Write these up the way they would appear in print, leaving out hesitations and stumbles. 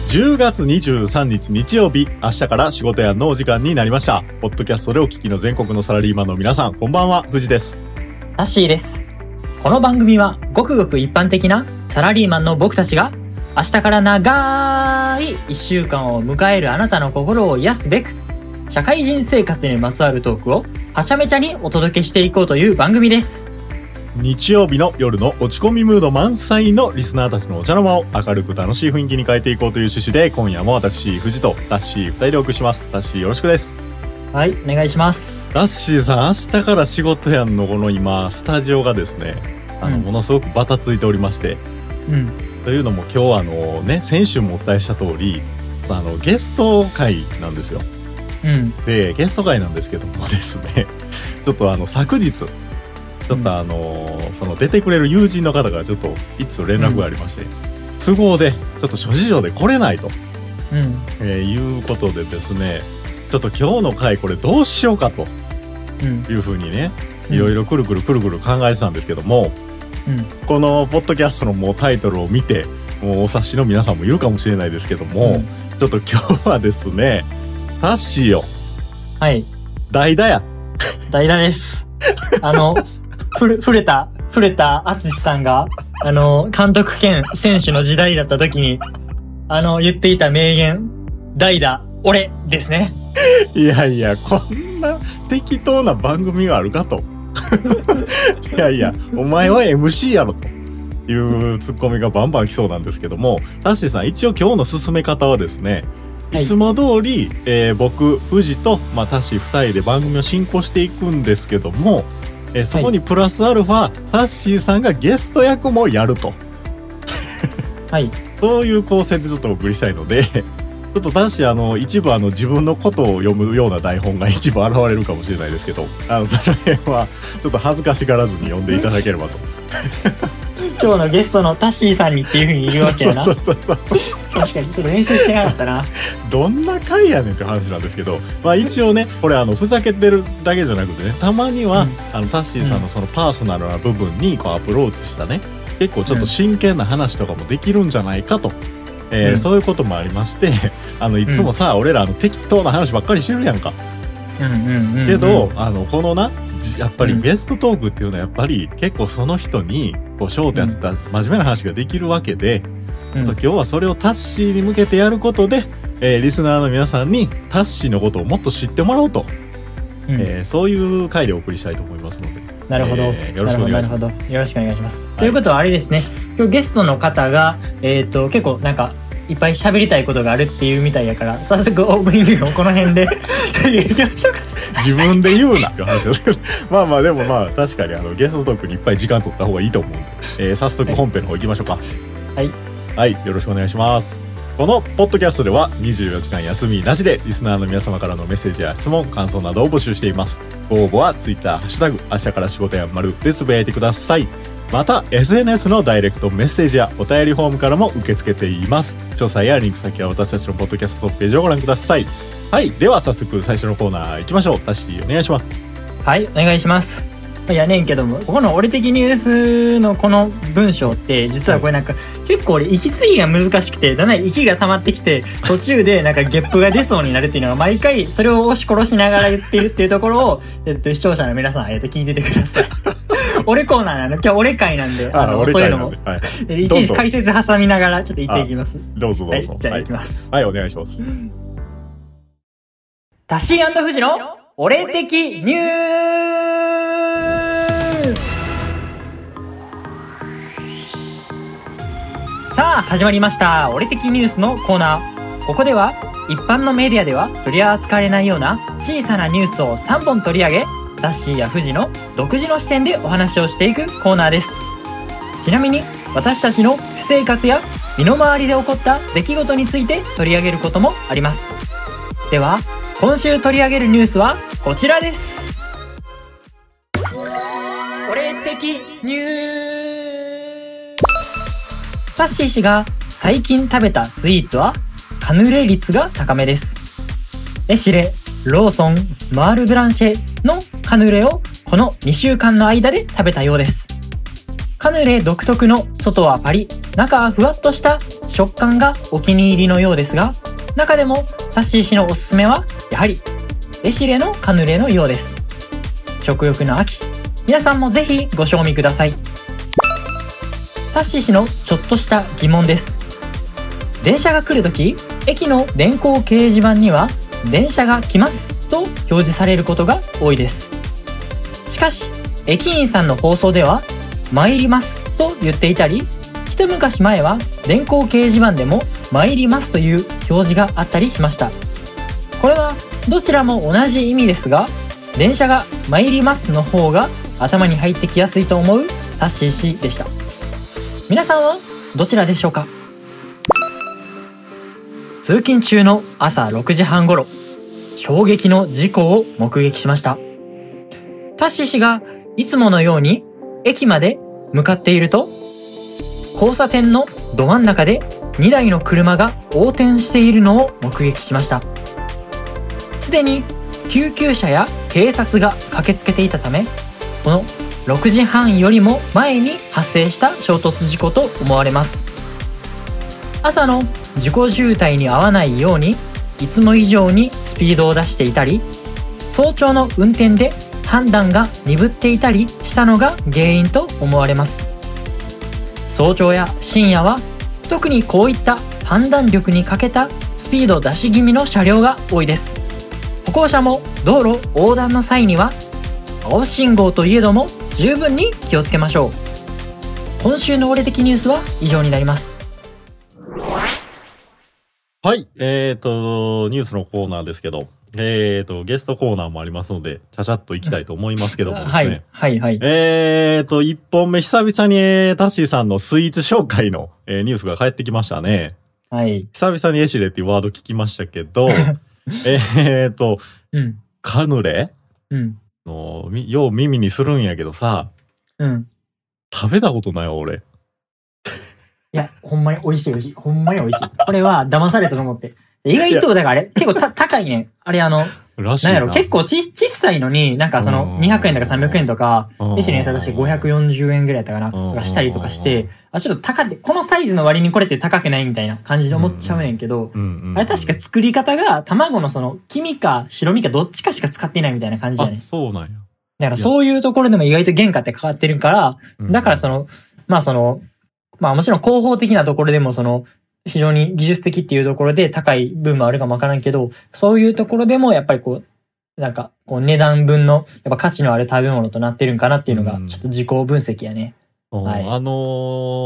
10月23日日曜日、明日から仕事やんのお時間になりました。ポッドキャストでお聞きの全国のサラリーマンの皆さん、こんばんは、藤です。 タッシーです。この番組はごくごく一般的なサラリーマンの僕たちが明日から長い1週間を迎えるあなたの心を癒すべく、社会人生活にまつわるトークをはちゃめちゃにお届けしていこうという番組です。 日曜日の夜の落ち込みムード満載のリスナーたちのお茶の間を明るく楽しい雰囲気に変えていこうという趣旨で、今夜も私藤とタッシー2人でお送りします。タッシーよろしくです。 はい、お願いします。 タッシーさん、明日から仕事やんのこの今スタジオがですね、ものすごくバタついておりまして、というのも今日先週もお伝えした通りゲスト会なんですよ。でゲスト会なんですけどもですね、ちょっと昨日ちょっとその出てくれる友人の方がちょっといつ連絡がありまして、都合でちょっと諸事情で来れないと、いうことでですね、ちょっと今日の回これどうしようかというふうにね、いろいろくるくる考えてたんですけども、このポッドキャストのもうタイトルを見てもうお察しの皆さんもいるかもしれないですけども、ちょっと今日はですね、タッシーよ、はい代打や代打です触れた淳さんが監督兼選手の時代だった時に言っていた名言、代打俺ですね。 いやいや、こんな適当な番組があるかといやいや、お前は MC やろというツッコミがバンバン来そうなんですけども、タッシーさん、一応今日の進め方はですね、いつも通り、僕藤と、タッシー2人で番組を進行していくんですけども、そこにプラスアルファ、タッシーさんがゲスト役もやるとそういう構成でちょっとお送りしたいので、ちょっとタッシー一部自分のことを読むような台本が一部現れるかもしれないですけど、その辺はちょっと恥ずかしがらずに読んでいただければと今日のゲストのタッシーさんにっていう風に言うわけやな。そう確かにちょっと練習してなかったな。 どんな回やねんって話なんですけど、一応ね、これふざけてるだけじゃなくてね、たまには、タッシーさんのそのパーソナルな部分にこうアプローチしたね、結構ちょっと真剣な話とかもできるんじゃないかと、そういうこともありまして、いつもさ、俺ら適当な話ばっかりしてるやんか。けどこのやっぱりゲストトークっていうのはやっぱり結構その人にこう焦点当てた真面目な話ができるわけで、ちょっと今日はそれをタッシーに向けてやることで、リスナーの皆さんにタッシーのことをもっと知ってもらおうと、そういう回でお送りしたいと思いますので。 なるほど、よろしくお願いします。 よろしくお願いします。ということはあれですね、今日ゲストの方が結構なんかいっぱい喋りたいことがあるっていうみたいやから、早速オープニングをこの辺で言ってみましょうか。 自分で言うなって話ですけどでも確かにゲストトークにいっぱい時間取った方がいいと思うんで、早速本編の方行きましょうか。はい、よろしくお願いします。このポッドキャストでは24時間休みなしでリスナーの皆様からのメッセージや質問、感想などを募集しています。ご応募は Twitter ハッシュタグ明日から仕事やんまるでつぶやいてください。また SNS のダイレクトメッセージやお便りフォームからも受け付けています。詳細やリンク先は私たちのポッドキャストページをご覧ください。はい、では早速最初のコーナー行きましょう。タッシーお願いします。 はい、お願いします。いやねんけども、ここの俺的ニュースのこの文章って実はこれなんか結構俺息継ぎが難しくて、だんだん息が溜まってきて途中でなんかゲップが出そうになるっていうのが毎回それを押し殺しながら言っているっていうところを視聴者の皆さん聞いててください。俺コーナーなの、今日俺回なんでそういうのも、いちいち解説挟みながらちょっと言っていきます。 どうぞ、 じゃあいきます。 はい、お願いします。 タッシー&フジの俺的ニュース。さあ始まりました、俺的ニュースのコーナー。ここでは一般のメディアでは取り扱われないような小さなニュースを3本取り上げ、タッシーやフジの独自の視点でお話をしていくコーナーです。ちなみに私たちの私生活や身の回りで起こった出来事について取り上げることもあります。では今週取り上げるニュースはこちらです。俺的ニュース。タッシー氏が最近食べたスイーツはカヌレ率が高めです。エシレ、ローソン、マールブランシェのカヌレをこの2週間の間で食べたようです。カヌレ独特の外はパリ、 中はふわっとした食感がお気に入りのようですが、中でもタッシー氏のおすすめはやはりエシレのカヌレのようです。食欲の秋、皆さんもぜひご賞味ください。タッシー氏のちょっとした疑問です。電車が来るとき、駅の電光掲示板には電車が来ますと表示されることが多いです。しかし駅員さんの放送では参りますと言っていたり、一昔前は電光掲示板でも参りますという表示があったりしました。これはどちらも同じ意味ですが、電車が参りますの方が頭に入ってきやすいと思うタッシー氏でした。皆さんはどちらでしょうか？通勤中の朝6時半頃、衝撃の事故を目撃しました。タッシー氏がいつものように駅まで向かっていると、交差点のど真ん中で2台の車が横転しているのを目撃しました。すでに救急車や警察が駆けつけていたため、この6時半よりも前に発生した衝突事故と思われます。朝の事故渋滞に合わないようにいつも以上にスピードを出していたり、早朝の運転で判断が鈍っていたりしたのが原因と思われます。早朝や深夜は特にこういった判断力に欠けたスピード出し気味の車両が多いです。歩行者も道路横断の際には青信号といえども十分に気をつけましょう。今週の俺的ニュースは以上になります。 はい、ニュースのコーナーですけど、ゲストコーナーもありますので、ちゃちゃっといきたいと思いますけどもですね。 はい。 1本目、久々にタッシーさんのスイーツ紹介の、ニュースが返ってきましたね。 はい。 久々にエシレっていうワード聞きましたけど、カヌレの、よう耳にするんやけどさ、食べたことないわ、俺。 いや、ほんまに美味しい。ほんまに美味しい。これは騙されたと思って。意外と、だからあれ、結構高いね。あれなんやろ、結構小さいのに、なんかその200円とか300円とか、エシレのやつとして540円ぐらいだったかな、とかしたりとかして、ちょっと高って、このサイズの割にこれって高くないみたいな感じで思っちゃうねんけど、あれ確か作り方が卵のその、黄身か白身かどっちかしか使っていないみたいな感じだね。 そうなんや。 だからそういうところでも意外と原価ってかかってるから、だからもちろん広報的なところでも非常に技術的っていうところで高い部分もあるかもわからんけど、そういうところでもやっぱり値段分のやっぱ価値のある食べ物となってるんかなっていうのがちょっと自己分析やね。 はい、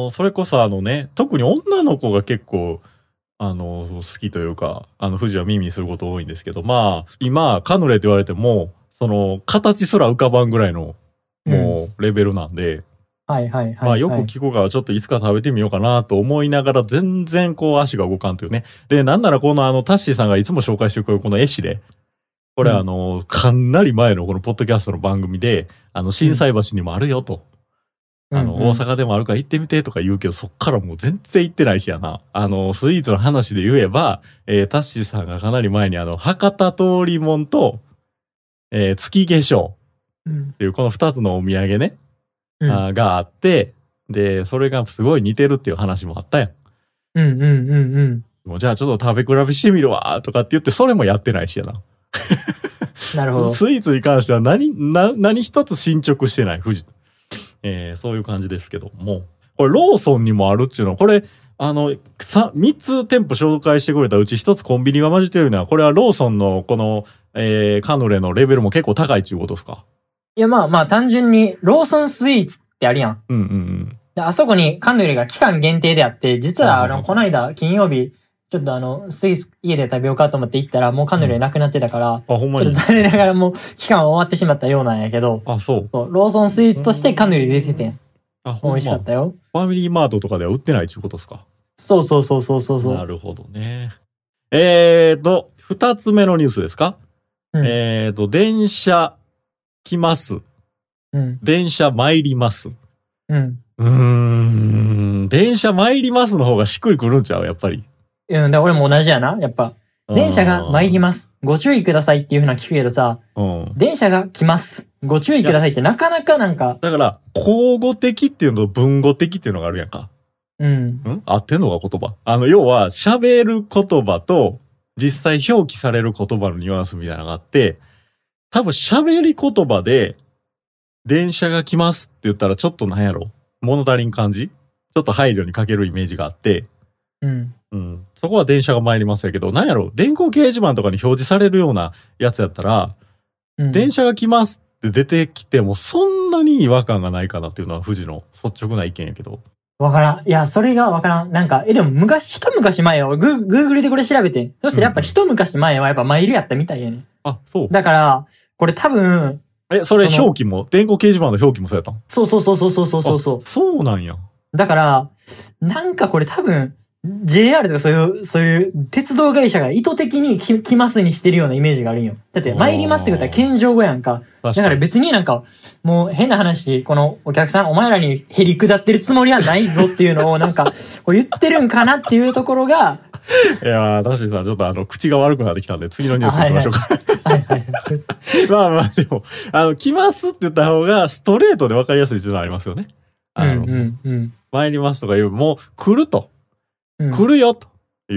それこそ特に女の子が結構好きというか富士は耳にすること多いんですけど、まあ今カヌレって言われてもその形すら浮かばんぐらいのもうレベルなんで。まあよく聞くからちょっといつか食べてみようかなと思いながら全然足が動かんというね。で、なんならこのタッシーさんがいつも紹介してくれるこのエシレ。これかなり前のこのポッドキャストの番組で、心斎橋にもあるよと。大阪でもあるから行ってみてとか言うけど、そっからもう全然行ってないしやな。スイーツの話で言えば、タッシーさんがかなり前に博多通りもんと、月化粧っていうこの2つのお土産ね。があって、で、それがすごい似てるっていう話もあったやん。もうじゃあちょっと食べ比べしてみるわとかって言って、それもやってないしやな。 なるほど。 スイーツに関しては何一つ進捗してない、富士。そういう感じですけども。これローソンにもあるっていうのは、これ、3つ店舗紹介してくれたうち1つコンビニが混じってるのは、これはローソンのこの、カヌレのレベルも結構高いっていうことですか？ いや単純にローソンスイーツってあるやん。であそこにカヌレが期間限定であって、実はこの間金曜日、ちょっとスイーツ家で食べようかと思って行ったらもうカヌレなくなってたから、ちょっと残念ながらもう期間終わってしまったようなんやけど、そうローソンスイーツとしてカヌレ出ててん。美味しかったよ。 ファミリーマートとかでは売ってないっていうことですか？ そう。 なるほどね。2つ目のニュースですか？電車来ます。電車参ります。電車参りますの方がしっくりくるんちゃうやっぱり。 だ俺も同じやな。やっぱ。電車が参ります。ご注意くださいっていう風な聞くけどさ、電車が来ます。ご注意くださいってなかなかなんか。 だから、口語的っていうのと文語的っていうのがあるやんか。 合ってんのか言葉。要は喋る言葉と実際表記される言葉のニュアンスみたいなのがあって、多分喋り言葉で電車が来ますって言ったらちょっとなんやろ物足りん感じ？ちょっと配慮に欠けるイメージがあって、そこは電車が参りますやけど、なんやろ電光掲示板とかに表示されるようなやつやったら、電車が来ますって出てきてもそんなに違和感がないかなっていうのは富士の率直な意見やけど。 わからん。いや、それがわからん。なんか、でも一昔前よ。グーグルでこれ調べて。そしてやっぱ一昔前はやっぱマイルやったみたいやね。 あ、そう。 だから、これ多分。 それ表記も、電光掲示板の表記もそうやったん？ そう。 そうなんや。 だから、なんかこれ多分、JR とかそういう鉄道会社が意図的に来ますにしてるようなイメージがあるんよ。だって参りますってことは謙譲語やんか。だから別になんか、もう変な話、このお客さんお前らにへり下ってるつもりはないぞっていうのをなんか、こう言ってるんかなっていうところが。 いやー、ダッシーさんちょっと口が悪くなってきたんで次のニュース行きましょうか。まあまあでも、来ますって言った方がストレートで分かりやすいっていうのはありますよね。参りますとかいう、もう来ると。来るよという、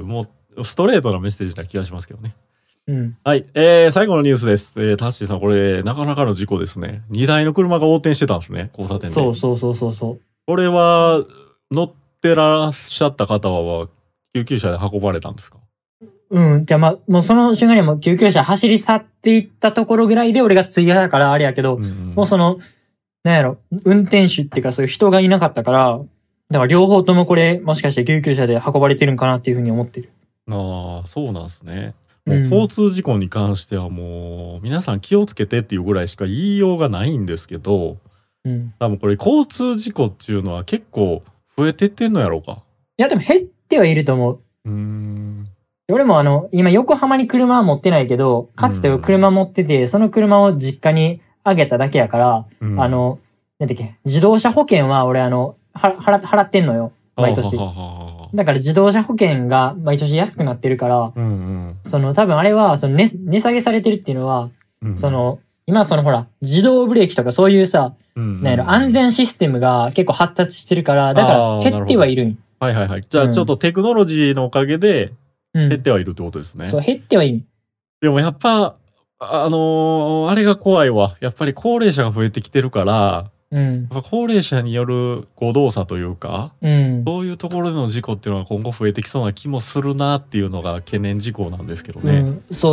もうストレートなメッセージな気がしますけどね。はい。最後のニュースです。タッシーさん、これ、なかなかの事故ですね。2台の車が横転してたんですね、交差点で。 そう。 これは、乗ってらっしゃった方は、救急車で運ばれたんですか？ じゃあまあ、もうその瞬間にもう救急車走り去っていったところぐらいで俺が追加だからあれやけど、もうなんやろ、運転手っていうかそういう人がいなかったから、だから両方ともこれ、もしかして救急車で運ばれてるんかなっていうふうに思ってる。 ああ、そうなんですね。もう交通事故に関してはもう、皆さん気をつけてっていうぐらいしか言いようがないんですけど、多分これ交通事故っていうのは結構増えてってんのやろうか。 いや、でも減ってはいると思う。俺も今横浜に車は持ってないけど、かつて車持ってて、その車を実家にあげただけやから、なんだっけ、自動車保険は俺払ってんのよ、毎年。だから自動車保険が毎年安くなってるから、多分あれは、値下げされてるっていうのは、今ほら、自動ブレーキとかそういうさ、安全システムが結構発達してるから、だから減ってはいるん。 はい。じゃあちょっとテクノロジーのおかげで減ってはいるってことですね。 そう、減ってはいる。 でもやっぱ、あれが怖いわ。やっぱり高齢者が増えてきてるから、高齢者による誤動作というか、そういうところでの事故っていうのは今後増えてきそうな気もするなっていうのが懸念事項なんですけどね。 そう。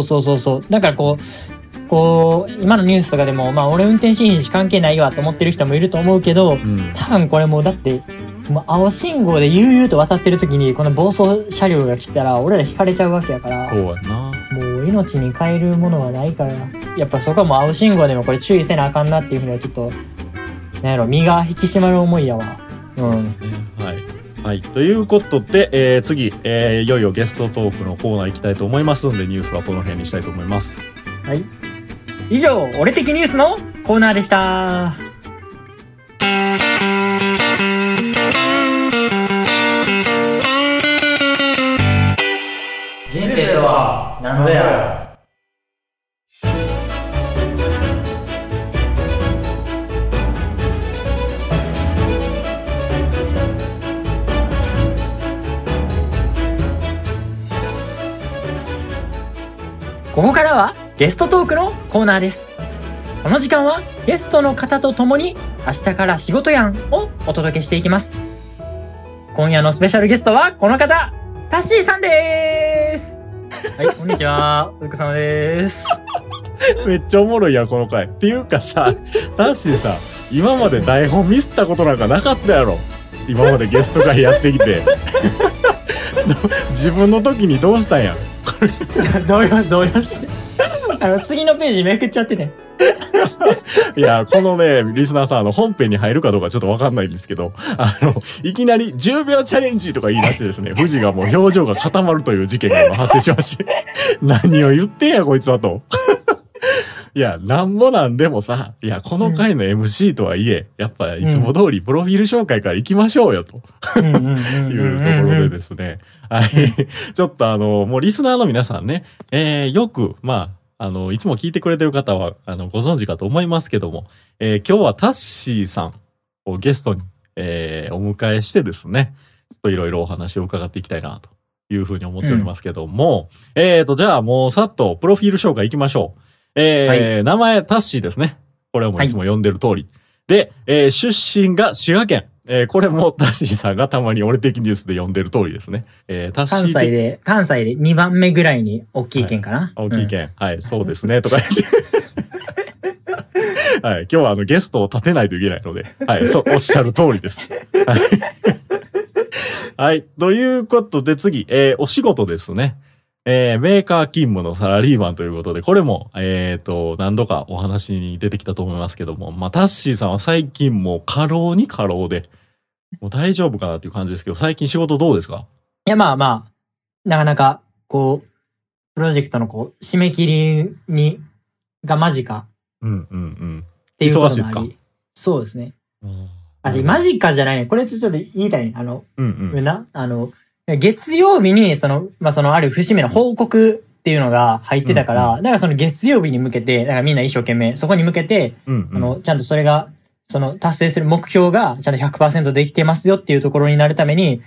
だからこう、今のニュースとかでも、まあ俺運転シーンし関係ないわと思ってる人もいると思うけど、多分これもうだって、もう青信号で悠々と渡ってる時にこの暴走車両が来たら俺ら引かれちゃうわけやから、 そうやな。 もう命に代えるものはないから、やっぱそこはもう青信号でもこれ注意せなあかんなっていうふうにはちょっと、なんやろ、身が引き締まる思いやわ。はい。ということで、次、いよいよゲストトークのコーナー行きたいと思いますので、ニュースはこの辺にしたいと思います。 はい。以上、俺的ニュースのコーナーでした。人生とは何ぞや。ここからはゲストトークのコーナーです。この時間はゲストの方と共に明日から仕事やんをお届けしていきます。今夜のスペシャルゲストはこの方、タッシーさんでーす。はい、こんにちは。お疲れ様です。 めっちゃおもろいやんこの回。っていうかさ、タッシーさ、今まで台本ミスったことなんかなかったやろ。今までゲスト会やってきて。自分の時にどうしたんや。 動揺してて。次のページめくっちゃってね。 いや、このね、リスナーさん、本編に入るかどうかちょっとわかんないんですけど、いきなり10秒チャレンジとか言い出してですね、富士がもう表情が固まるという事件が発生しまして、何を言ってんや、こいつはと。いや、なんもなんでもさ、いや、この回の MC とはいえ、やっぱいつも通りプロフィール紹介から行きましょうよ、というところでですね。はい。ちょっともうリスナーの皆さんね、よく、まあ、いつも聞いてくれてる方は、ご存知かと思いますけども、今日はタッシーさんをゲストにお迎えしてですね、ちょっといろいろお話を伺っていきたいなというふうに思っておりますけども、じゃあもうさっとプロフィール紹介いきましょう。名前タッシーですね。これはもういつも呼んでる通り。で、出身が滋賀県。これもタッシーさんがたまに俺的ニュースで呼んでる通りですね。 タッシー関西で2番目ぐらいに大きい県かな。 大きい県。はい、そうですね。とか言って。はい、今日はゲストを立てないといけないので、はい、おっしゃる通りです。はい。はい、ということで次、お仕事ですね。メーカー勤務のサラリーマンということで、これも、何度かお話に出てきたと思いますけども、まあ、タッシーさんは最近もう過労に過労で、もう大丈夫かなっていう感じですけど、最近仕事どうですか？ いや、まあまあ、なかなか、こう、プロジェクトの締め切りが間近。っていうこともあり。忙しいですか？そうですね。間近じゃないね。これちょっと言いたいね。月曜日に、ある節目の報告っていうのが入ってたから、だからその月曜日に向けて、だからみんな一生懸命、そこに向けて、ちゃんとそれが、達成する目標がちゃんと 100% できてますよっていうところになるために、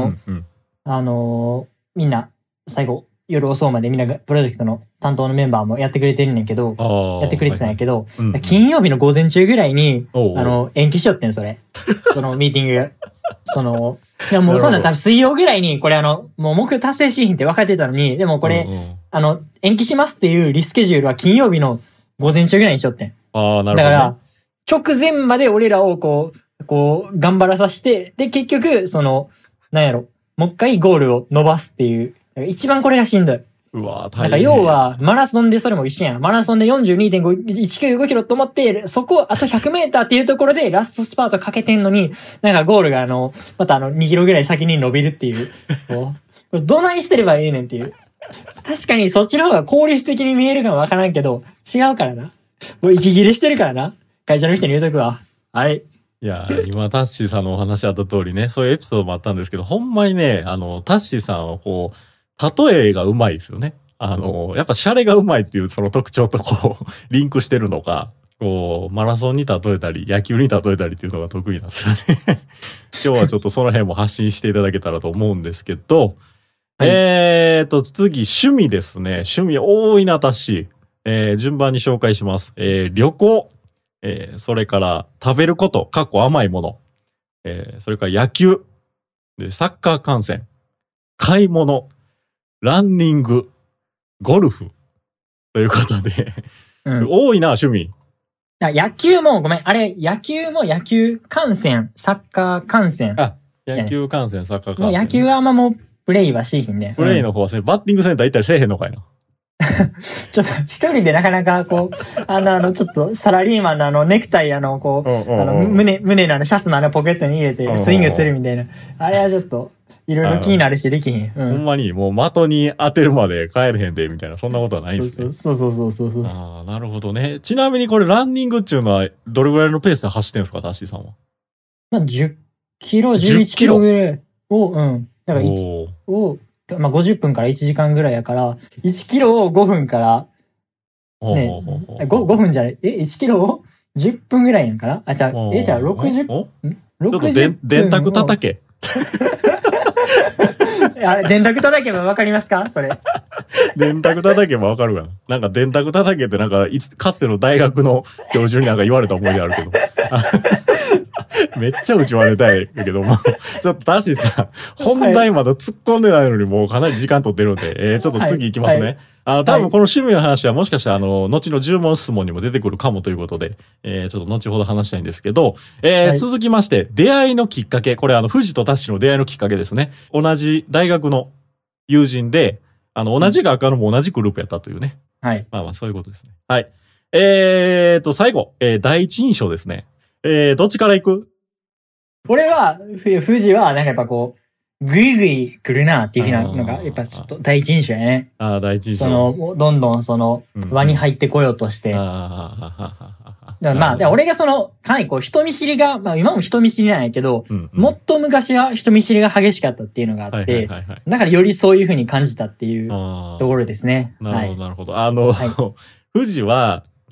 みんな、最後、夜遅うまでみんながプロジェクトの担当のメンバーもやってくれてるんやけど、金曜日の午前中ぐらいに、延期しよってん、それ。そのミーティング。いやもうそんな多分水曜ぐらいに、これもう目標達成しひんって分かってたのに、でもこれ、延期しますっていうリスケジュールは金曜日の午前中ぐらいにしよってん。 なるほど、ね。 だから、直前まで俺らを頑張らさせて、で、結局、なんやろ、もう一回ゴールを伸ばすっていう、一番これがしんどい。 うわ大変。だから要は、マラソンでそれも一緒やん。マラソンで 42.195 キロと思って、そこ、あと100メーターっていうところでラストスパートかけてんのに、なんかゴールがまた2キロぐらい先に伸びるっていう。これどないしてればええねんっていう。確かにそっちの方が効率的に見えるかもわからんけど、違うからな。もう息切れしてるからな。会社の人に言うとくわ。はい。 いや、今、タッシーさんのお話あった通りね、そういうエピソードもあったんですけど、ほんまにね、タッシーさんは例えがうまいですよね。やっぱシャレがうまいっていうその特徴とリンクしてるのか、マラソンに例えたり、野球に例えたりっていうのが得意なんですよね。今日はちょっとその辺も発信していただけたらと思うんですけど、はい、次、趣味ですね。趣味多いな、タッシー。順番に紹介します。旅行。それから食べること、甘いもの。それから野球。で、サッカー観戦。買い物。ランニング。ゴルフ。ということで、多いな、趣味。 野球も、ごめん、野球も野球観戦、サッカー観戦。 野球観戦、サッカー観戦。 野球はあんまもう、プレイはしひんね。 プレイの方はバッティングセンター行ったりせえへんのかいな。 ちょっと、一人でなかなか、ちょっと、サラリーマンのネクタイ、胸のシャツのポケットに入れて、スイングするみたいな。あれはちょっと、いろいろ気になるし、できひん。 ほんまに、もう的に当てるまで帰れへんで、みたいな、そんなことはないんですね。 そう。 なるほどね。ちなみにこれ、ランニングっていうのは、どれぐらいのペースで走ってんですか、タッシーさんは。 まあ、10キロ、11キロぐらいを、だから50分から1時間ぐらいやから、1キロを5分から、ね、5分じゃない、1キロを10分ぐらいやんかなじゃあ60分電卓叩け。 あれ、電卓叩けばわかりますかそれ。 電卓叩けばわかるかな。なんか電卓叩けってかつての大学の教授に言われた思い出あるけど。めっちゃ打ち割れたいけども、ちょっとタッシーさん、本題まだ突っ込んでないのにもうかなり時間取ってるんで、ちょっと次行きますね。多分この趣味の話はもしかしたら後の10問質問にも出てくるかもということで、ちょっと後ほど話したいんですけど、続きまして、出会いのきっかけ。これ藤とタッシーの出会いのきっかけですね。同じ大学の友人で、同じ学科のも同じグループやったというね。 はい。 まあそういうことですね。はい。最後、第一印象ですね。どっちから行く？ 俺は、富士は、なんかやっぱぐいぐい来るなっていうふうなのが、やっぱちょっと第一印象やね。 第一印象。 どんどん輪に入ってこようとして。だから俺がかなり人見知りが、今も人見知りなんやけど、もっと昔は人見知りが激しかったっていうのがあって、だからよりそういうふうに感じたっていうところですね。 なるほど、なるほど。富士は、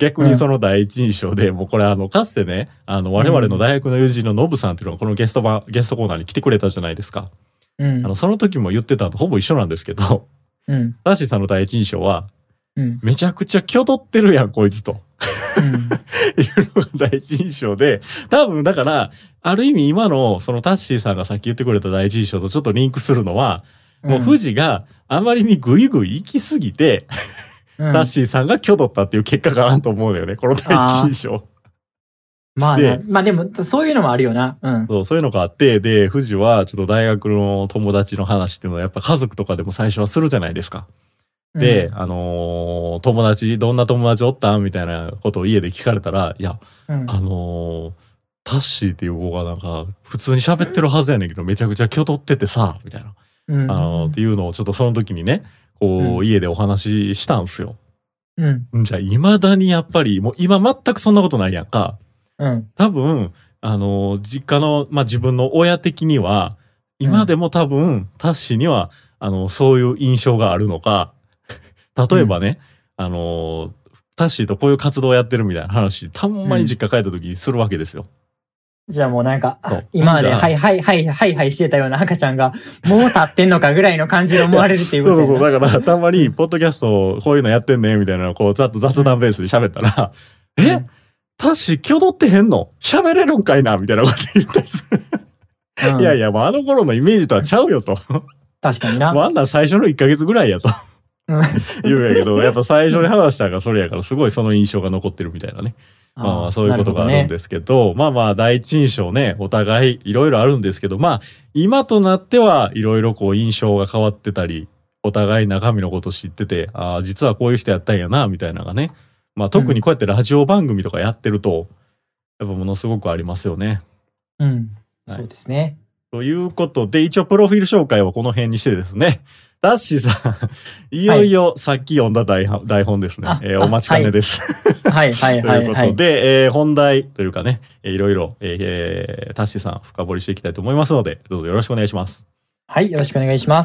逆にその第一印象で、もうこれかつてね、我々の大学の友人のノブさんっていうのがこのゲストコーナーに来てくれたじゃないですか。その時も言ってたのとほぼ一緒なんですけど、タッシーさんの第一印象は、めちゃくちゃ挙動ってるやん、こいつと。いうのが第一印象で、多分だから、ある意味今のそのタッシーさんがさっき言ってくれた第一印象とちょっとリンクするのは、もう富士があまりにグイグイ行き過ぎて、タッシーさんが挙動ったっていう結果かなと思うんだよね、この第一印象。 まあでもそういうのもあるよな。 そういうのがあって、で、富士はちょっと大学の友達の話っていうのはやっぱ家族とかでも最初はするじゃないですか。で、友達、どんな友達おったんみたいなことを家で聞かれたら、いや、タッシーっていう子がなんか、普通に喋ってるはずやねんけど、めちゃくちゃ挙動っててさ、みたいな。っていうのをちょっとその時にね、こう、家でお話ししたんすよ。じゃあ、未だにやっぱり、もう今全くそんなことないやんか。多分、実家の、自分の親的には、今でも多分、タッシーには、そういう印象があるのか、例えばね、タッシーとこういう活動をやってるみたいな話、たんまに実家帰った時にするわけですよ。 じゃあもうなんか、今まではいしてたような赤ちゃんが、もう立ってんのかぐらいの感じで思われるっていうことそう、だからたまに、ポッドキャストこういうのやってんねみたいなのをこう、ざっと雑談ベースで喋ったら、タッシー挙動ってへんの喋れるんかいなみたいなこと言ったりする。いやいや、もうあの頃のイメージとはちゃうよと。 確かにな。 もうあんなん最初の1ヶ月ぐらいやと。言うんやけど、やっぱ最初に話したからそれやからすごいその印象が残ってるみたいなね。そういうことがあるんですけど、第一印象ね、お互いいろいろあるんですけど、今となってはいろいろこう印象が変わってたり、お互い中身のこと知ってて、実はこういう人やったんやな、みたいなのがね。特にこうやってラジオ番組とかやってると、やっぱものすごくありますよね。 そうですね。 ということで、一応プロフィール紹介はこの辺にしてですね、タッシーさん、いよいよさっき読んだ台本ですね。お待ちかねです。ということで、本題というかね、いろいろ、タッシーさん深掘りしていきたいと思いますので、どうぞよろしくお願いします。 はい、よろしくお願いします。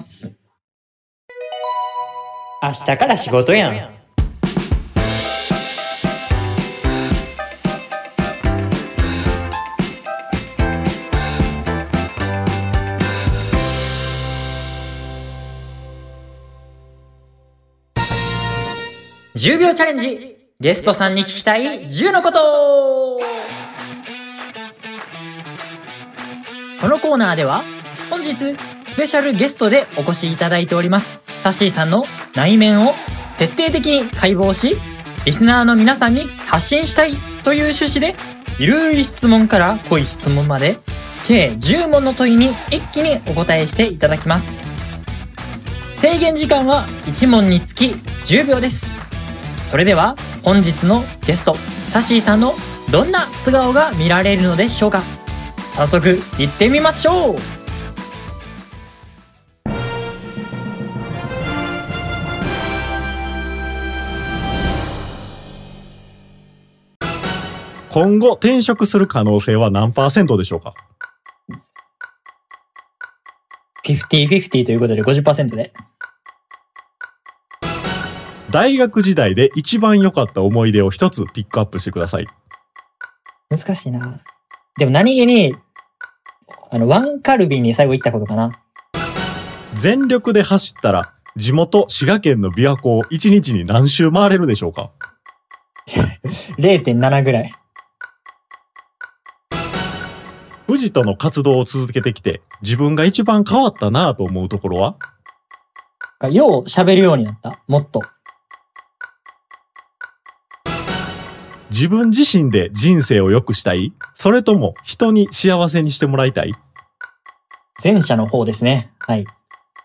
明日から仕事やん。10秒チャレンジ。ゲストさんに聞きたい10のこと。このコーナーでは本日スペシャルゲストでお越しいただいておりますタッシーさんの内面を徹底的に解剖し、リスナーの皆さんに発信したいという趣旨で、ゆるい質問から濃い質問まで計10問の問いに一気にお答えしていただきます。制限時間は1問につき10秒です。それでは本日のゲストタッシーさんのどんな素顔が見られるのでしょうか。早速行ってみましょう。 今後転職する可能性は何%でしょうか。 50-50ということで 50% で。 大学時代で一番良かった思い出を一つピックアップしてください。 難しいな。でも何気にワンカルビに最後行ったことかな。 全力で走ったら地元滋賀県の琵琶湖を1日に何周回れるでしょうか。 0.7 ぐらい。 富士との活動を続けてきて自分が一番変わったなぁと思うところは。 よう喋るようになった。もっと。 自分自身で人生を良くしたい？それとも人に幸せにしてもらいたい？ 前者の方ですね。はい。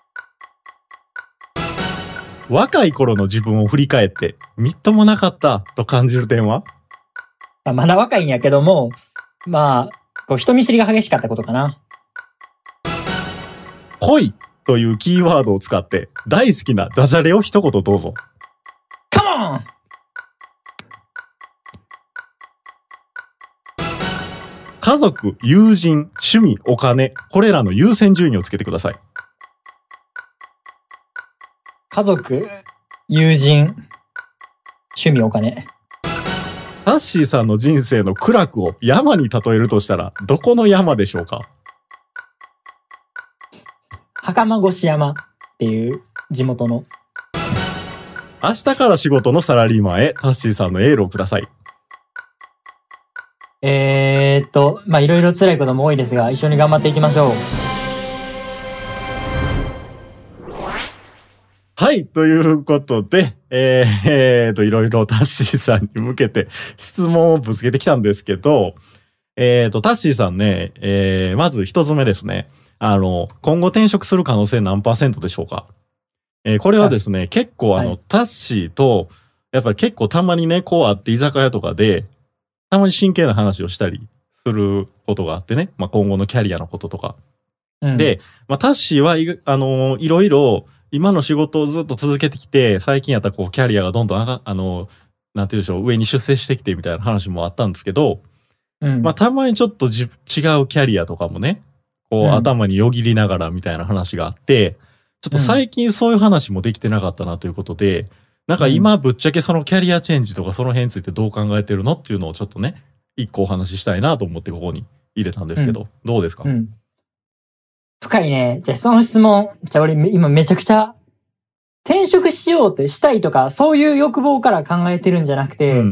若い頃の自分を振り返ってみっともなかったと感じる点は？ まだ若いんやけども、人見知りが激しかったことかな。 恋というキーワードを使って大好きなダジャレを一言どうぞ。 カモン！ 家族、友人、趣味、お金、これらの優先順位をつけてください。 家族、友人、趣味、お金。 タッシーさんの人生の苦楽を山に例えるとしたら、どこの山でしょうか？ 袴越山っていう地元の。 明日から仕事のサラリーマンへ、タッシーさんのエールをください。 まあいろいろ辛いことも多いですが、一緒に頑張っていきましょう。 はい、ということで、いろいろタッシーさんに向けて質問をぶつけてきたんですけど、タッシーさんね、まず一つ目ですね。今後転職する可能性何%でしょうか？これはですね、結構タッシーと、やっぱり結構たまにね、こう会って居酒屋とかで、たまに真剣な話をしたりすることがあってね、まあ今後のキャリアのこととか。で、まあタッシーはいろいろ、今の仕事をずっと続けてきて、最近やったらこうキャリアがどんどんなんて言うんでしょう、上に出世してきてみたいな話もあったんですけど、まあたまにちょっと違うキャリアとかもね、こう頭によぎりながらみたいな話があって、ちょっと最近そういう話もできてなかったなということで、なんか今ぶっちゃけそのキャリアチェンジとかその辺についてどう考えてるのっていうのをちょっとね、一個お話ししたいなと思ってここに入れたんですけど、どうですか？ 深いね。じゃあその質問、俺今めちゃくちゃ転職しようってしたいとか、そういう欲望から考えてるんじゃなくて、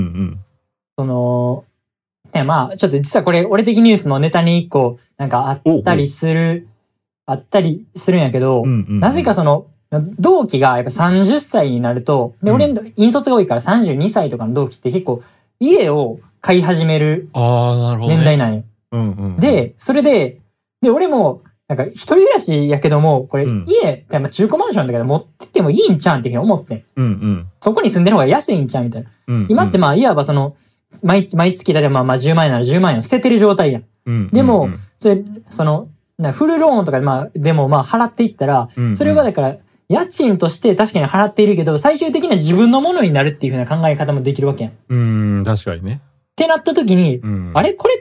まあちょっと実はこれ俺的ニュースのネタに一個なんかあったりするんやけど、なぜか同期がやっぱ30歳になると、で、俺、引率が多いから32歳とかの同期って結構家を買い始める年代なんよ。で、それで、俺も、なんか一人暮らしやけども、これ家、やっぱ中古マンションだけど持ってってもいいんちゃうんっていうふうに思って。そこに住んでる方が安いんちゃうみたいな。今ってまあ、いわば毎月例えばまあ10万円なら10万円を捨ててる状態やん。でも、フルローンとかでもまあ払っていったら、それはだから、家賃として確かに払っているけど、最終的には自分のものになるっていう風な考え方もできるわけやん。 確かにね。 ってなった時に、あれこれって、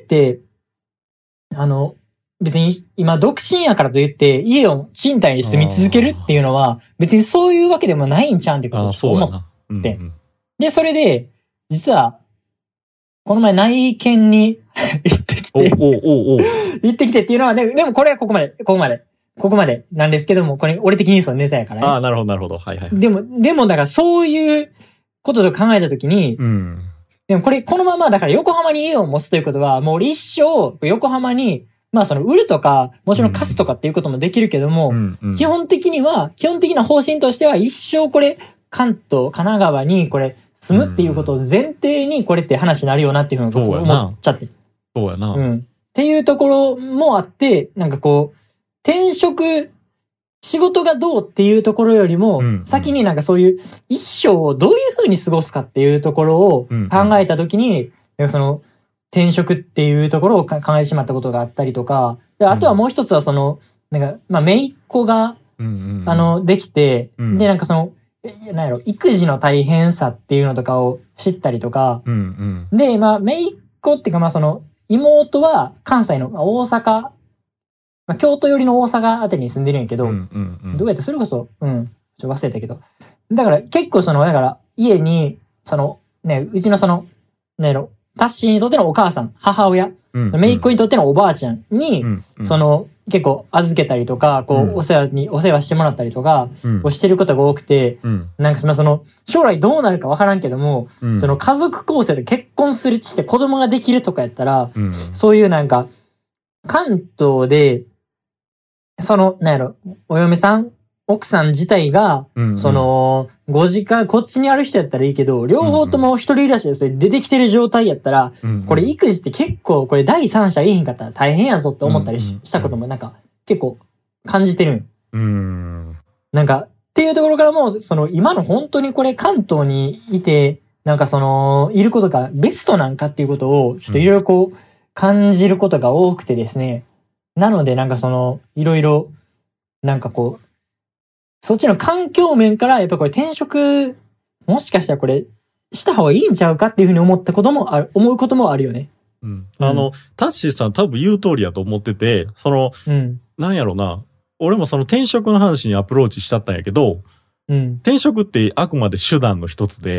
別に今独身やからといって家を賃貸に住み続けるっていうのは別にそういうわけでもないんちゃうんってことを思って。で、それで、実は、この前内見に行ってきて、行ってきてっていうのは、でもこれはここまでなんですけども、これ俺的ニュースのネタやからね。 なるほど、なるほど。はいはい。 でもだからそういうことと考えたときに、でもこのままだから横浜に家を持つということは、もう俺一生横浜に、まあ売るとか、もちろん貸すとかっていうこともできるけども、基本的な方針としては一生これ、関東、神奈川にこれ住むっていうことを前提にこれって話になるよなっていうふうなことを思っちゃって。 そうやな。 っていうところもあって、なんかこう、転職、仕事がどうっていうところよりも、先になんかそういう一生をどういう風に過ごすかっていうところを考えたときに、転職っていうところを考えてしまったことがあったりとか、あとはもう一つはなんか、まあ、姪っ子が、できて、で、なんか育児の大変さっていうのとかを知ったりとか、で、まあ、姪っ子っていうか、まあ、妹は関西の大阪、まあ、京都寄りの大阪あたりに住んでるんやけど、どうやってそれこそ、ちょっと忘れたけど。だから結構だから家に、うちのタッシーにとってのお母さん、母親、姪っ子にとってのおばあちゃんに、結構預けたりとか、こう、お世話してもらったりとか、をしてることが多くて、なんか将来どうなるかわからんけども、家族構成で結婚して子供ができるとかやったら、そういうなんか、関東で、お嫁さん、奥さん自体が、ご実家、こっちにある人やったらいいけど、両方とも一人暮らしでそれ出てきてる状態やったら、これ育児って結構、これ第三者いいへんかったら大変やぞって思ったりしたこともなんか、結構感じてるん。なんか、っていうところからも、今の本当にこれ関東にいて、なんかいることがベストなんかっていうことを、ちょっといろいろこう、感じることが多くてですね。なのでなんかいろいろ、なんかこう、そっちの環境面から、やっぱこれ転職、もしかしたらこれ、した方がいいんちゃうかっていうふうに思うこともあるよね。 タッシーさん多分言う通りやと思ってて、なんやろな、俺も転職の話にアプローチしちゃったんやけど、転職ってあくまで手段の一つで、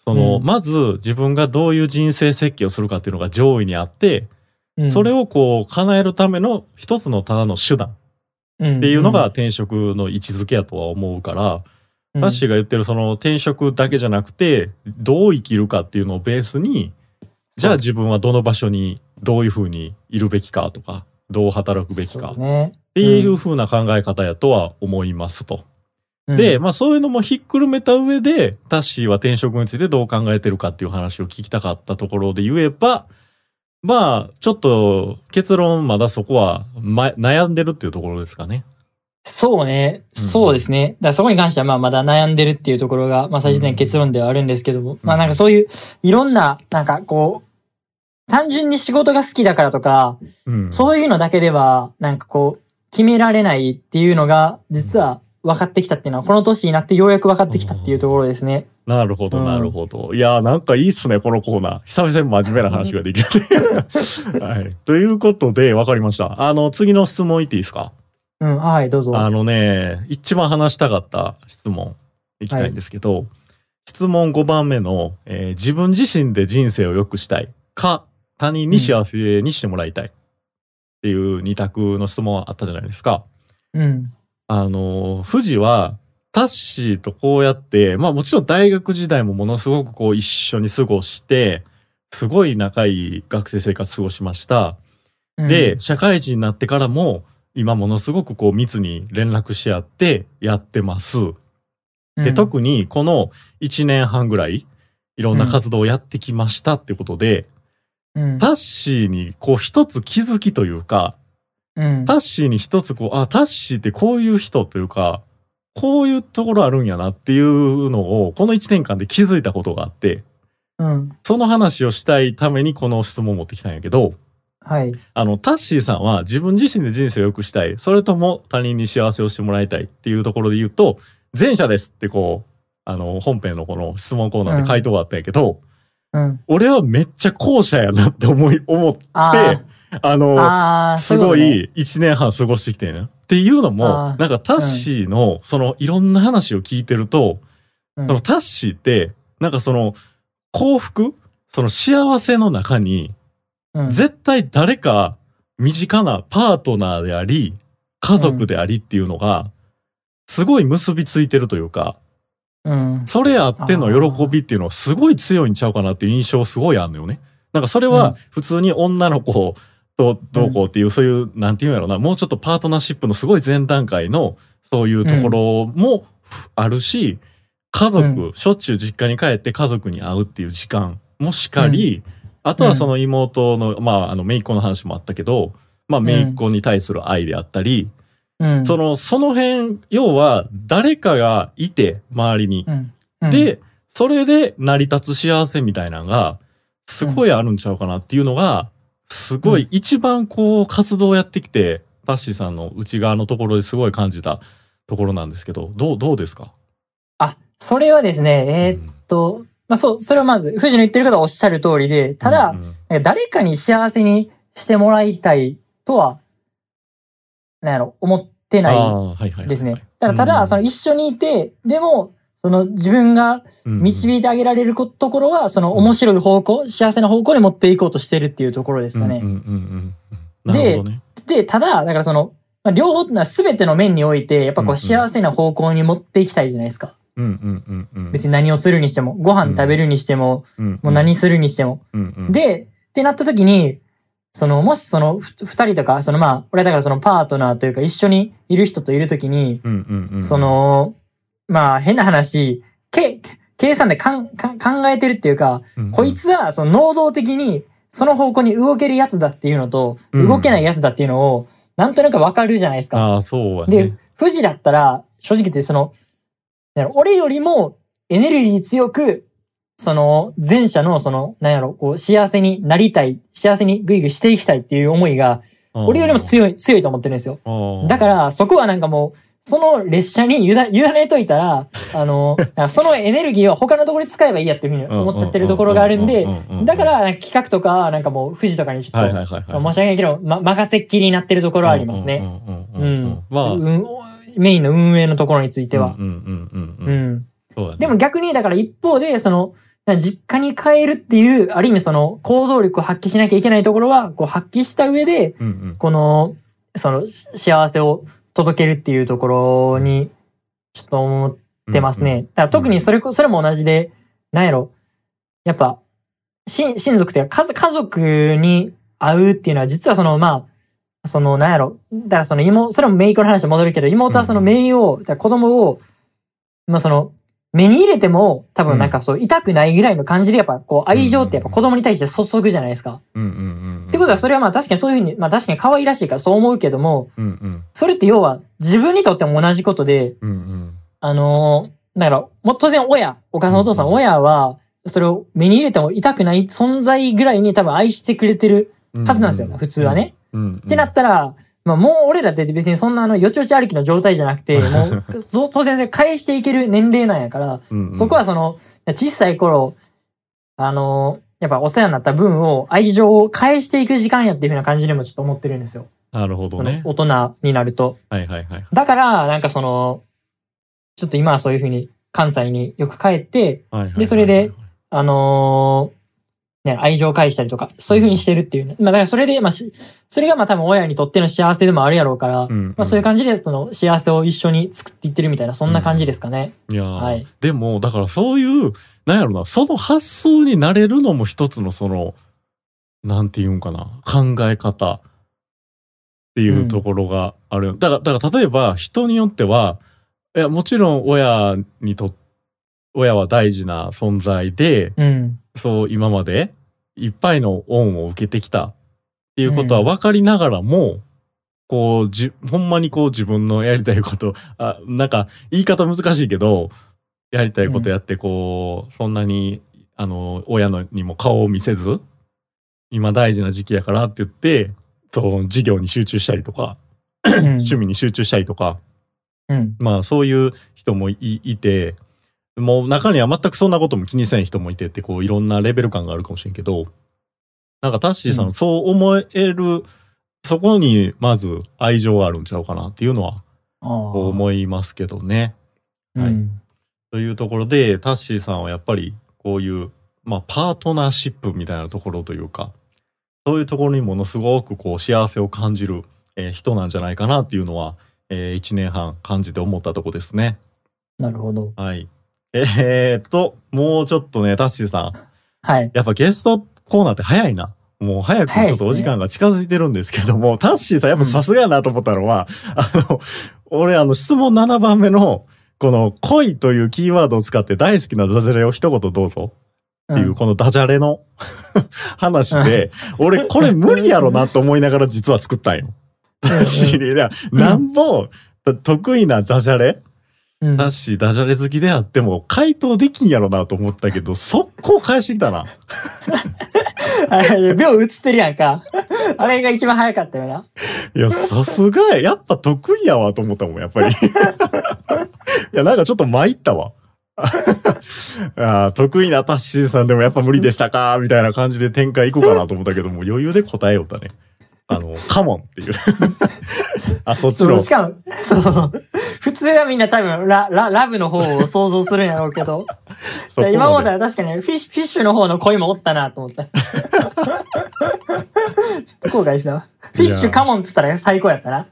まず自分がどういう人生設計をするかっていうのが上位にあって、それをこう叶えるための一つのただの手段っていうのが転職の位置づけやとは思うから、タッシーが言ってるその転職だけじゃなくて、どう生きるかっていうのをベースに、じゃあ自分はどの場所にどういうふうにいるべきかとか、どう働くべきかっていうふうな考え方やとは思いますと。で、そういうのもひっくるめた上で、タッシーは転職についてどう考えてるかっていう話を聞きたかったところで言えば、ちょっと結論まだそこは、悩んでるっていうところですかね。 そうね。そうですね。だからそこに関してはまだ悩んでるっていうところが、最終的な結論ではあるんですけども、なんかそういう、いろんな、なんかこう、単純に仕事が好きだからとか、そういうのだけでは、なんかこう、決められないっていうのが、実は分かってきたっていうのは、この年になってようやく分かってきたっていうところですね。 なるほど、なるほど。いや、なんかいいっすね、このコーナー。久々に真面目な話ができる。はい。ということで、分かりました。次の質問いっていいですか？ はい、どうぞ。 一番話したかった質問いきたいんですけど、質問5番目の、自分自身で人生を良くしたいか、他人に幸せにしてもらいたいっていう二択の質問あったじゃないですか。富士は、タッシーとこうやって、もちろん大学時代もものすごくこう一緒に過ごして、すごい仲いい学生生活過ごしました。で、社会人になってからも、今ものすごくこう密に連絡し合ってやってます。で、特にこの1年半ぐらい、いろんな活動をやってきましたってことで、タッシーにこう一つ気づきというか、タッシーに一つこう、タッシーってこういう人というか、こういうところあるんやなっていうのを、この1年間で気づいたことがあって、その話をしたいためにこの質問を持ってきたんやけど、タッシーさんは自分自身で人生を良くしたい、それとも他人に幸せをしてもらいたいっていうところで言うと、前者ですってこう、本編のこの質問コーナーで回答があったんやけど、俺はめっちゃ後者やなって思って、すごい1年半過ごしてきてね。っていうのも、なんかタッシーのそのいろんな話を聞いてると、そのタッシーって、なんかその幸福、その幸せの中に、絶対誰か身近なパートナーであり、家族でありっていうのが、すごい結びついてるというか、それあっての喜びっていうのはすごい強いんちゃうかなっていう印象すごいあるのよね。なんかそれは普通に女の子とどうこうっていう、そういう、なんていうんやろな、もうちょっとパートナーシップのすごい前段階のそういうところもあるし、家族、しょっちゅう実家に帰って家族に会うっていう時間もしかり、あとはその妹の、姪っ子の話もあったけど、姪っ子に対する愛であったり、その辺、要は誰かがいて、周りに。で、それで成り立つ幸せみたいなのが、すごいあるんちゃうかなっていうのが、すごい一番こう活動をやってきて、タッシーさんの内側のところですごい感じたところなんですけど、どうですか？ それはですね、それはまず、藤野言ってる方はおっしゃる通りで、ただ、誰かに幸せにしてもらいたいとは、思ってないですね。ただ、その一緒にいて、でも、その自分が導いてあげられるところは、その面白い方向、幸せな方向に持っていこうとしてるっていうところですかね。で、ただ、だからその、両方な全ての面において、やっぱこう幸せな方向に持っていきたいじゃないですか。別に何をするにしても、ご飯食べるにしても、もう何するにしても。で、ってなった時に、もし二人とか、俺だからそのパートナーというか一緒にいる人といる時に、変な話、計算で考えてるっていうか、こいつはその能動的にその方向に動けるやつだっていうのと、動けないやつだっていうのを、なんとなくわかるじゃないですか。 そうね。 で、富士だったら、正直言って俺よりもエネルギー強く、前者の幸せになりたい、幸せにグイグイしていきたいっていう思いが、俺よりも強いと思ってるんですよ。だから、そこはなんかもう、その列車に委ねといたら、そのエネルギーは他のところに使えばいいやっていうふうに思っちゃってるところがあるんで、だから企画とか、なんかもう富士とかにちょっと、申し訳ないけど、任せっきりになってるところはありますね。メインの運営のところについては。でも逆に、だから一方で、 実家に帰るっていう、ある意味その行動力を発揮しなきゃいけないところは、こう発揮した上で、この、その幸せを届けるっていうところに、ちょっと思ってますね。だから特にそれも同じで、なんやろ、やっぱ、親族というか家族に会うっていうのは実はその、まあ、その、なんやろ、だからそのそれも姪っ子の話に戻るけど、妹はその姪を、だから子供を、まあその、目に入れても多分なんかそう痛くないぐらいの感じでやっぱこう愛情ってやっぱ子供に対して注ぐじゃないですか。ってことはそれはまあ確かにそういうふうに、まあ確かに可愛らしいからそう思うけども、それって要は自分にとっても同じことで、だからもう当然お母さんお父さん親はそれを目に入れても痛くない存在ぐらいに多分愛してくれてるはずなんですよ、普通はね。ってなったら、まあもう俺らって別にそんなよちよち歩きの状態じゃなくて、もう当然返していける年齢なんやから、そこはその小さい頃、やっぱお世話になった分を愛情を返していく時間やっていう風な感じでもちょっと思ってるんですよ。 なるほどね。 大人になると。 はいはいはい。 だからなんかその、ちょっと今はそういう風に関西によく帰って、で、それで、ね、愛情を返したりとか、そういう風にしてるっていう、ね。まあだからそれで、まあそれがまあ多分親にとっての幸せでもあるやろうから、まあそういう感じでその幸せを一緒に作っていってるみたいな、そんな感じですかね。 いや、はい。でも、だからそういう、なんやろな、その発想になれるのも一つのその、なんていうんかな、考え方っていうところがある。だから例えば人によっては、いや、もちろん親は大事な存在で、そう今までいっぱいの恩を受けてきたっていうことは分かりながらも、こうほんまにこう自分のやりたいこと、なんか言い方難しいけど、やりたいことやってこう、そんなに親にも顔を見せず、今大事な時期やからって言って、そう授業に集中したりとか、趣味に集中したりとか、まあそういう人もいて、もう中には全くそんなことも気にせん人もいてって、こういろんなレベル感があるかもしれんけど、なんかタッシーさん、そう思える、そこにまず愛情があるんちゃうかなっていうのは思いますけどね。はい。というところで、タッシーさんはやっぱりこういう、まあパートナーシップみたいなところというか、そういうところにものすごくこう幸せを感じる、人なんじゃないかなっていうのは、1年半感じて思ったとこですね。 なるほど。 はい。もうちょっとね、タッシーさん。 はい。 やっぱゲストコーナーって早いな。もう早くちょっとお時間が近づいてるんですけども、タッシーさんやっぱさすがやなと思ったのは、俺質問7番目の、この恋というキーワードを使って大好きなダジャレを一言どうぞ。っていう、このダジャレの話で、俺これ無理やろなと思いながら実は作ったんよ。タッシーに、なんぼ得意なダジャレタッシーダジャレ好きであっても回答できんやろなと思ったけど、速攻返してきたな。 秒映ってるやんか。あれが一番早かったよな。 いや、さすがやっぱ得意やわと思ったもん、やっぱり。いや、なんかちょっと参ったわ。得意なタッシーさんでもやっぱ無理でしたかみたいな感じで展開いこうかなと思ったけども、余裕で答えよったね。カモンっていう。そっちの。 しかも、普通はみんな多分ラブの方を想像するんやろうけど。今までは確かにフィッシュの方の恋もおったなと思った。ちょっと後悔したわ。フィッシュカモンって言ったら最高やったな。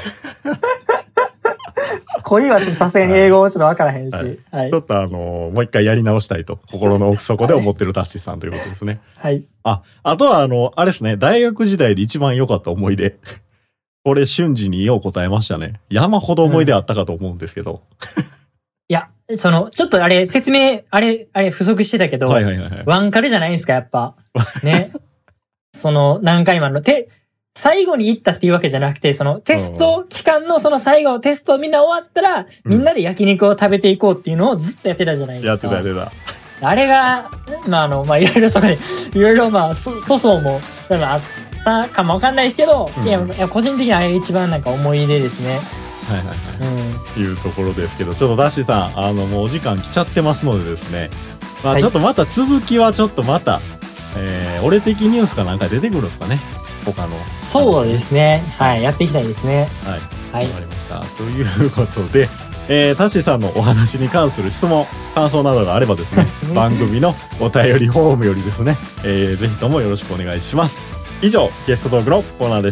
恋はさすがに英語ちょっとわからへんし。はい。 ちょっともう一回やり直したいと、心の奥底で思ってるタッシーさんということですね。 はい。 あとはあれですね、大学時代で一番良かった思い出。これ瞬時によう答えましたね。山ほど思い出あったかと思うんですけど。 いや、ちょっと説明、不足してたけど、ワンカルじゃないんですか、やっぱ。ね。何回も最後に行ったっていうわけじゃなくて、テスト期間の最後、テストみんな終わったら、みんなで焼肉を食べていこうっていうのをずっとやってたじゃないですか。 やってた。 あれが、いろいろそこで、いろいろ粗相も、あったかもわかんないですけど、いや、個人的にあれが一番なんか思い出ですね。 いうところですけど、ちょっとダッシーさん、もうお時間来ちゃってますのでですね、ちょっとまた続きはちょっとまた、俺的ニュースかなんか出てくるんですかね。他の。 そうですね。はい。やっていきたいですね。 はい。わかりました。ということで、 タッシーさんのお話に関する質問感想などがあればですね番組のお便りフォームよりですね、ぜひともよろしくお願いします。以上ゲストトークのコーナーでした。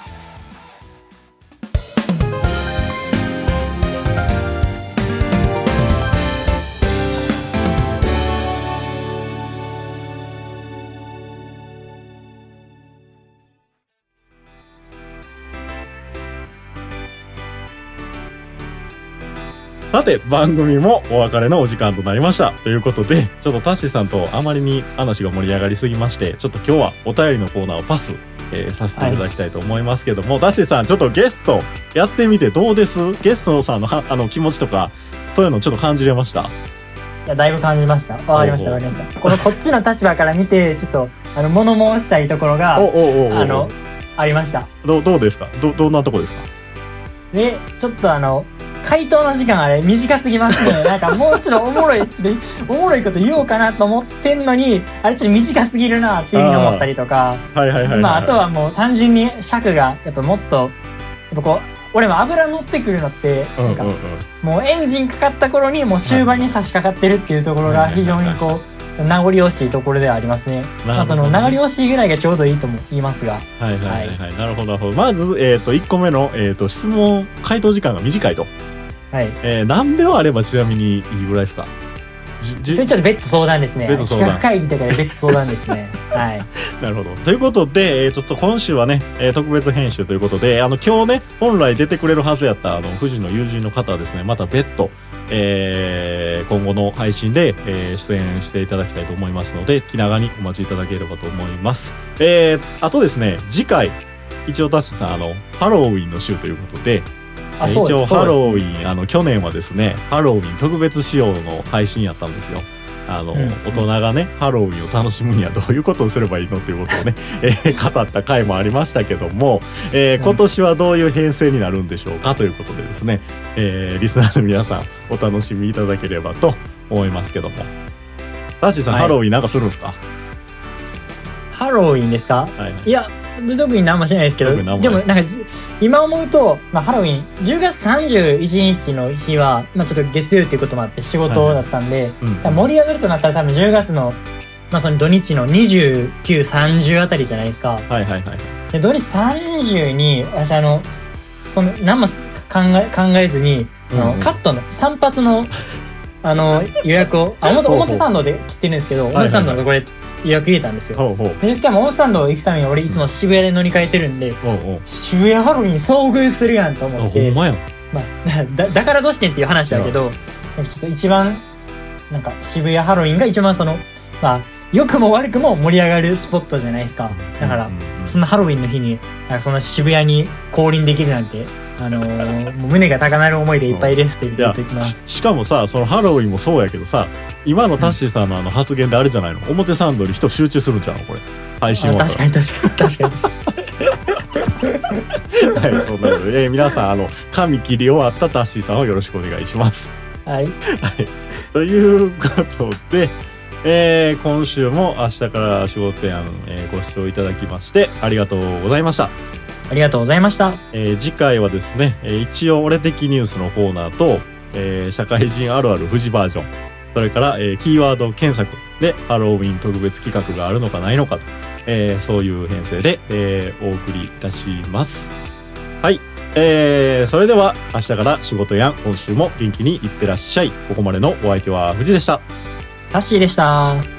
さて番組もお別れのお時間となりましたということで、ちょっとタッシーさんとあまりに話が盛り上がりすぎまして、ちょっと今日はお便りのコーナーをパス、させていただきたいと思いますけども、タッシーさんちょっとゲストやってみてどうです？ゲストさんの気持ちとかそういうのちょっと感じれました？ いやだいぶ感じました。わかりました。こっちの立場から見てちょっと物申したいところがありました。 どうですか？どんなとこですか？ でちょっと回答の時間あれ短すぎますね。なんかもうちょっとおもろいこと言おうかなと思ってんのに、あれちょっと短すぎるなっていうふうに思ったりとか、あとはもう単純に尺がやっぱもっとやっぱこう俺も油乗ってくるのってなんかもうエンジンかかった頃にもう終盤に差し掛かってるっていうところが非常にこう名残惜しいところではありますね。その名残惜しいぐらいがちょうどいいとも言いますが、 なるほど。まず1個目の質問回答時間が短いと。何秒あればちなみにいいぐらいですか？ それちょっと別途相談ですね。企画会議とかで別途相談ですね。 なるほど。ということで、ちょっと今週はね、特別編集ということで、今日ね本来出てくれるはずやった富士の友人の方はですね、また別途、今後の配信で、出演していただきたいと思いますので、気長にお待ちいただければと思います。あとですね、次回一応タッシーさんハロウィンの週ということで。一応ハロウィン去年はですねハロウィン特別仕様の配信やったんですよ。大人がねハロウィンを楽しむにはどういうことをすればいいのっていうことをね、語った回もありましたけども、今年はどういう編成になるんでしょうかということでですね、リスナーの皆さんお楽しみいただければと思いますけども、タッシーさん、ハロウィンなんかするんですか？ ハロウィンですか？いや特に何もしないですけど、でもなんか今思うと、ハロウィン10月31日の日は、ちょっと月曜っていうこともあって仕事だったんで、盛り上がるとなったら多分10月の、その土日の29、30あたりじゃないですか。で土日30に私その何も考えずに、カットの散髪の予約を表参道で切ってるんですけど、表参道のところで予約入れたんですよ。でしかも表参道行くために俺いつも渋谷で乗り換えてるんで、渋谷ハロウィン遭遇するやんと思って、だからどうしてんっていう話だけど、ちょっと一番なんか渋谷ハロウィンが一番良くも悪くも盛り上がるスポットじゃないですか。だからそんなハロウィンの日にそんな渋谷に降臨できるなんてもう胸が高鳴る思いでいっぱいですって言っておきます。 しかもさ、そのハロウィンもそうやけどさ、今のタッシーさんの発言であれじゃないの、表参道に人集中するんじゃんこれ配信は。 確かにはい、 そんなので、皆さん髪切り終わったタッシーさんをよろしくお願いします。ということで、今週も明日から仕事やご視聴いただきましてありがとうございました。 ありがとうございました。 次回はですね、一応俺的ニュースのコーナーと、社会人あるある富士バージョン、それから、キーワード検索でハロウィン特別企画があるのかないのかと、そういう編成で、お送りいたします。はい、それでは明日から仕事やん、今週も元気にいってらっしゃい。ここまでのお相手は富士でした。 タッシーでした。